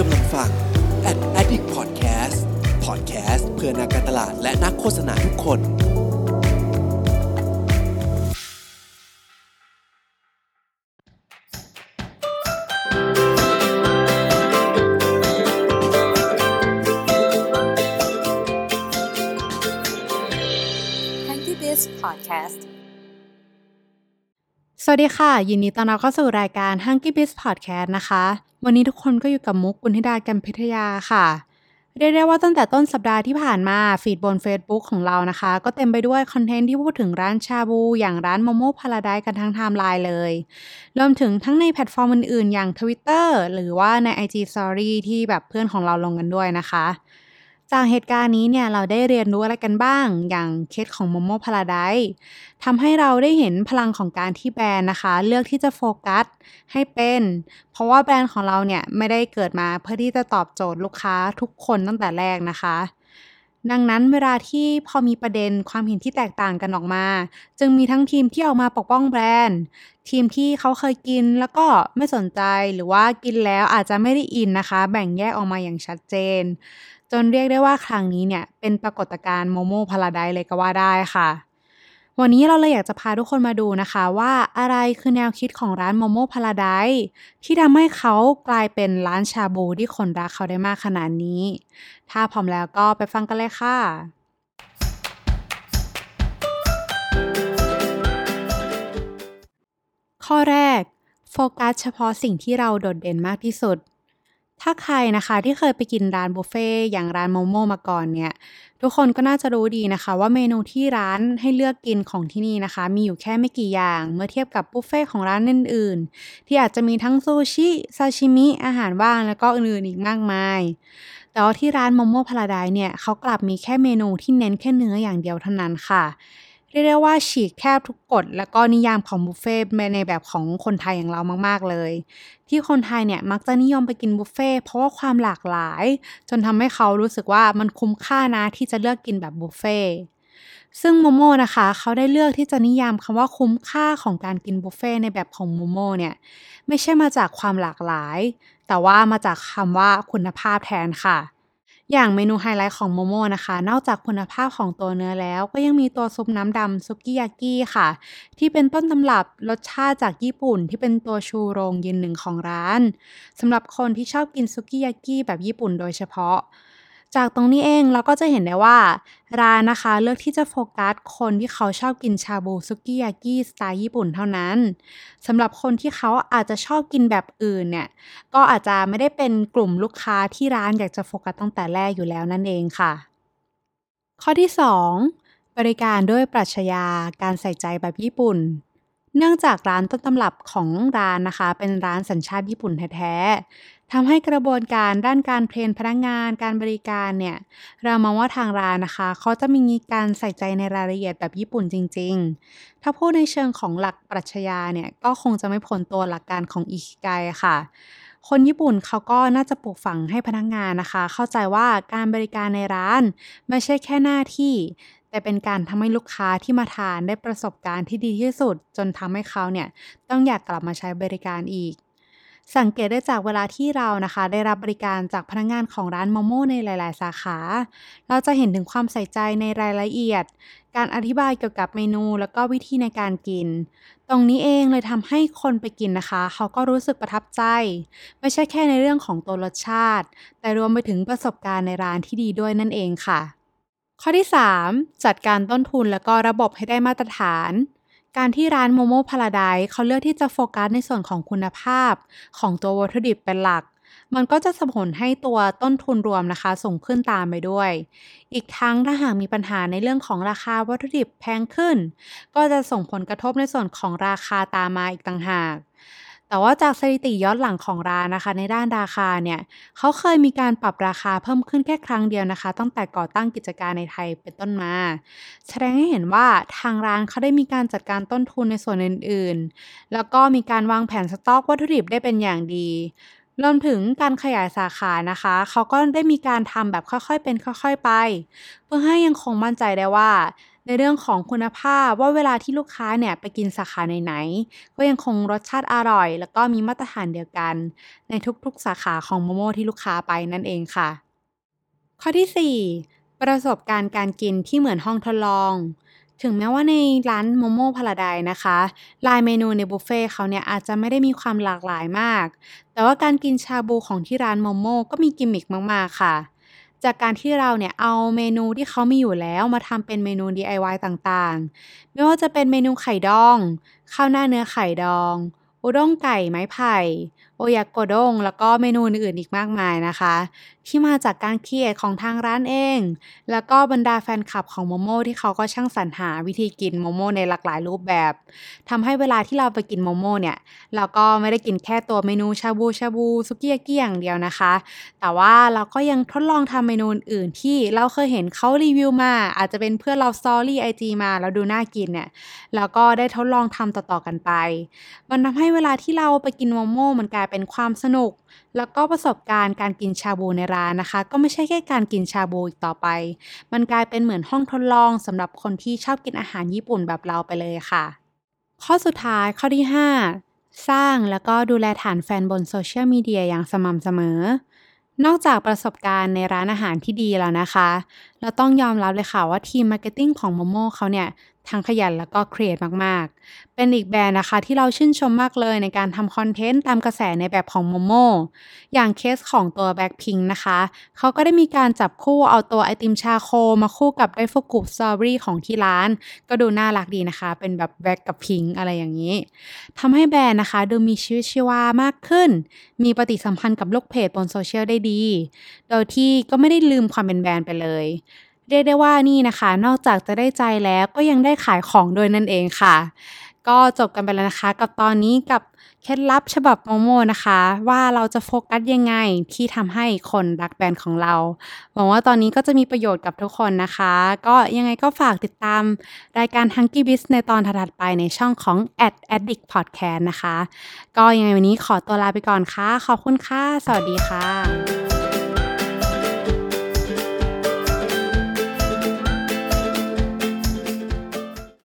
กำลังฟัง Addict Podcast เพื่อนักการตลาดและนักโฆษณาทุกคน Hanky Biz Podcast สวัสดีค่ะยินดีต้อนรับเข้าสู่รายการ Hanky Biz Podcast นะคะวันนี้ทุกคนก็อยู่กับมุกกุลธิดา กำพิทยาค่ะเรียกได้ว่าตั้งแต่ต้นสัปดาห์ที่ผ่านมาฟีดบน Facebook ของเรานะคะก็เต็มไปด้วยคอนเทนต์ที่พูดถึงร้านชาบูอย่างร้าน Momo Paradise กันทั้งไทม์ไลน์เลยรวมถึงทั้งในแพลตฟอร์มอื่นๆอย่าง Twitter หรือว่าใน IG Story ที่แบบเพื่อนของเราลงกันด้วยนะคะจากเหตุการณ์นี้เนี่ยเราได้เรียนรู้อะไรกันบ้างอย่างเคสของ Momo Paradise ทำให้เราได้เห็นพลังของการที่แบรนด์นะคะเลือกที่จะโฟกัสให้เป็นเพราะว่าแบรนด์ของเราเนี่ยไม่ได้เกิดมาเพื่อที่จะตอบโจทย์ลูกค้าทุกคนตั้งแต่แรกนะคะดังนั้นเวลาที่พอมีประเด็นความเห็นที่แตกต่างกันออกมาจึงมีทั้งทีมที่ออกมาปกป้องแบรนด์ทีมที่เขาเคยกินแล้วก็ไม่สนใจหรือว่ากินแล้วอาจจะไม่ได้อินนะคะแบ่งแยกออกมาอย่างชัดเจนจนเรียกได้ว่าครั้งนี้เนี่ยเป็นปรากฏการณ์ Momo Paradise เลยก็ว่าได้ค่ะวันนี้เราเลยอยากจะพาทุกคนมาดูนะคะว่าอะไรคือแนวคิดของร้าน Momo Paradise ที่ทำให้เขากลายเป็นร้านชาบูที่คนรักเขาได้มากขนาดนี้ถ้าพร้อมแล้วก็ไปฟังกันเลยค่ะข้อแรกโฟกัสเฉพาะสิ่งที่เราโดดเด่นมากที่สุดถ้าใครนะคะที่เคยไปกินร้านบุฟเฟ่ต์อย่างร้านโมโมมาก่อนเนี่ยทุกคนก็น่าจะรู้ดีนะคะว่าเมนูที่ร้านให้เลือกกินของที่นี่นะคะมีอยู่แค่ไม่กี่อย่างเมื่อเทียบกับบุฟเฟ่ต์ของร้านอื่นๆที่อาจจะมีทั้งซูชิซาชิมิอาหารว่างแล้วก็อื่นๆอีกมากมายแต่ว่าที่ร้านโมโมพาราไดซ์เนี่ยเขากลับมีแค่เมนูที่เน้นแค่เนื้ออย่างเดียวเท่านั้นค่ะเรียกได้ว่าฉีกแคบทุกกฎแล้วก็นิยามของบุฟเฟ่ต์ในแบบของคนไทยอย่างเรามากๆเลยที่คนไทยเนี่ยมักจะนิยมไปกินบุฟเฟ่ต์เพราะว่าความหลากหลายจนทำให้เขารู้สึกว่ามันคุ้มค่านะที่จะเลือกกินแบบบุฟเฟ่ต์ซึ่งโมโมนะคะเขาได้เลือกที่จะนิยามคำว่าคุ้มค่าของการกินบุฟเฟ่ต์ในแบบของโมโมเนี่ยไม่ใช่มาจากความหลากหลายแต่ว่ามาจากคำว่าคุณภาพแทนค่ะอย่างเมนูไฮไลท์ของโมโมนะคะนอกจากคุณภาพของตัวเนื้อแล้วก็ยังมีตัวซุปน้ำดำซุกิยากิค่ะที่เป็นต้นตำรับรสชาติจากญี่ปุ่นที่เป็นตัวชูโรงยืนหนึ่งของร้านสำหรับคนที่ชอบกินซุกิยากิแบบญี่ปุ่นโดยเฉพาะจากตรงนี้เองเราก็จะเห็นได้ว่าร้านนะคะเลือกที่จะโฟกัสคนที่เขาชอบกินชาบูซุกิยากิสไตล์ญี่ปุ่นเท่านั้นสำหรับคนที่เขาอาจจะชอบกินแบบอื่นเนี่ยก็อาจจะไม่ได้เป็นกลุ่มลูกค้าที่ร้านอยากจะโฟกัสตั้งแต่แรกอยู่แล้วนั่นเองค่ะข้อที่2บริการด้วยปรัชญาการใส่ใจแบบญี่ปุ่นเนื่องจากร้านต้นตำรับของร้านนะคะเป็นร้านสัญชาติญี่ปุ่นแท้ๆทำให้กระบวนการด้านการเทรนพนักงานการบริการเนี่ยเรามองว่าทางร้านนะคะเขาจะมีการใส่ใจในรายละเอียดแบบญี่ปุ่นจริงๆถ้าพูดในเชิงของหลักปรัชญาเนี่ยก็คงจะไม่พ้นตัวหลักการของอิคิไกค่ะคนญี่ปุ่นเขาก็น่าจะปลูกฝังให้พนักงานนะคะเข้าใจว่าการบริการในร้านไม่ใช่แค่หน้าที่แต่เป็นการทำให้ลูกค้าที่มาทานได้ประสบการณ์ที่ดีที่สุดจนทำให้เขาเนี่ยต้องอยากกลับมาใช้บริการอีกสังเกตได้จากเวลาที่เรานะคะได้รับบริการจากพนักงานของร้านโมโมในหลายๆสาขาเราจะเห็นถึงความใส่ใจในรายละเอียดการอธิบายเกี่ยวกับเมนูแล้วก็วิธีในการกินตรงนี้เองเลยทำให้คนไปกินนะคะเขาก็รู้สึกประทับใจไม่ใช่แค่ในเรื่องของตัวรสชาติแต่รวมไปถึงประสบการณ์ในร้านที่ดีด้วยนั่นเองค่ะข้อที่3จัดการต้นทุนแล้วก็ระบบให้ได้มาตรฐานการที่ร้าน Momo Paradise เขาเลือกที่จะโฟกัสในส่วนของคุณภาพของตัววัตถุดิบเป็นหลักมันก็จะส่งผลให้ตัวต้นทุนรวมนะคะสูงขึ้นตามไปด้วยอีกทั้งถ้าหากมีปัญหาในเรื่องของราคาวัตถุดิบแพงขึ้นก็จะส่งผลกระทบในส่วนของราคาตามมาอีกต่างหากแต่ว่าจากสถิติย้อนหลังของร้านนะคะในด้านราคาเนี่ยเขาเคยมีการปรับราคาเพิ่มขึ้นแค่ครั้งเดียวนะคะตั้งแต่ก่อตั้งกิจการในไทยเป็นต้นมาแสดงให้เห็นว่าทางร้านเขาได้มีการจัดการต้นทุนในส่วนอื่นๆแล้วก็มีการวางแผนสต็อกวัตถุดิบได้เป็นอย่างดีรวมถึงการขยายสาขานะคะเขาก็ได้มีการทำแบบค่อยๆเป็นค่อยๆไปเพื่อให้ยังคงมั่นใจได้ว่าในเรื่องของคุณภาพว่าเวลาที่ลูกค้าเนี่ยไปกินสาขาไหนๆก็ยังคงรสชาติอร่อยแล้วก็มีมาตรฐานเดียวกันในทุกๆสาขาของโมโม่ที่ลูกค้าไปนั่นเองค่ะข้อที่ 4ประสบการณ์การกินที่เหมือนห้องทดลองถึงแม้ว่าในร้านโมโม่พาราไดซ์นะคะลายเมนูในบุฟเฟ่ต์เขาเนี่ยอาจจะไม่ได้มีความหลากหลายมากแต่ว่าการกินชาบูของที่ร้านโมโม่ก็มีกิมมิคมากๆค่ะ จากการที่เราเนี่ยเอาเมนูที่เขามีอยู่แล้วมาทำเป็นเมนู DIY ต่างๆ ไม่ว่าจะเป็นเมนูไข่ดอง ข้าวหน้าเนื้อไข่ดอง อุด้งไก่ไม้ไผ่โอยากโกด้งแล้วก็เมนูอื่นๆอีกมากมายนะคะที่มาจากการคิดของทางร้านเองแล้วก็บรรดาแฟนคลับของโมโม่ที่เขาก็ช่างสรรหาวิธีกินโมโม่ในหลากหลายรูปแบบทำให้เวลาที่เราไปกินโมโม่เนี่ยเราก็ไม่ได้กินแค่ตัวเมนูชาบูชาบูสุกี้ยากิอย่างเดียวนะคะแต่ว่าเราก็ยังทดลองทำเมนูอื่นที่เราเคยเห็นเขารีวิวมาอาจจะเป็นเพื่อนเราสตอรี่ไอจีมาแล้วดูน่ากินเนี่ยแล้วก็ได้ทดลองทำต่อๆกันไปมันทำให้เวลาที่เราไปกินโมโม่มันกลายเป็นความสนุกแล้วก็ประสบการณ์การกินชาบูในร้านนะคะก็ไม่ใช่แค่การกินชาบูอีกต่อไปมันกลายเป็นเหมือนห้องทดลองสำหรับคนที่ชอบกินอาหารญี่ปุ่นแบบเราไปเลยค่ะข้อสุดท้ายข้อที่ 5สร้างแล้วก็ดูแลฐานแฟนบนโซเชียลมีเดียอย่างสม่ำเสมอนอกจากประสบการณ์ในร้านอาหารที่ดีแล้วนะคะเราต้องยอมรับเลยค่ะว่าทีมมาร์เก็ตติ้งของโมโม่เขาเนี่ยทั้งขยันแล้วก็ครีเอทมากๆเป็นอีกแบรนด์นะคะที่เราชื่นชมมากเลยในการทำคอนเทนต์ตามกระแสในแบบของโมโม่อย่างเคสของตัว Blackpink นะคะเขาก็ได้มีการจับคู่เอาตัวไอติมชาโคมาคู่กับไดฟุกุสตรอเบอรี่ของที่ร้านก็ดูน่ารักดีนะคะเป็นแบบแบล็กกับพิงอะไรอย่างนี้ทำให้แบรนด์นะคะดูมีชีวิตชีวามากขึ้นมีปฏิสัมพันธ์กับลูกเพจบนโซเชียลได้ดีโดยที่ก็ไม่ได้ลืมความเป็นแบรนด์ไปเลยเรียกได้ว่านี่นะคะนอกจากจะได้ใจแล้วก็ยังได้ขายของด้วยนั่นเองค่ะก็จบกันไปแล้วนะคะกับตอนนี้กับเคล็ดลับฉบับโมโม่นะคะว่าเราจะโฟกัสยังไงที่ทำให้คนรักแบรนด์ของเราหวังว่าตอนนี้ก็จะมีประโยชน์กับทุกคนนะคะก็ยังไงก็ฝากติดตามรายการ Hunky Biz ในตอนถัดๆไปในช่องของ @addict podcast นะคะก็ยังไงวันนี้ขอตัวลาไปก่อนค่ะขอบคุณค่ะสวัสดีค่ะ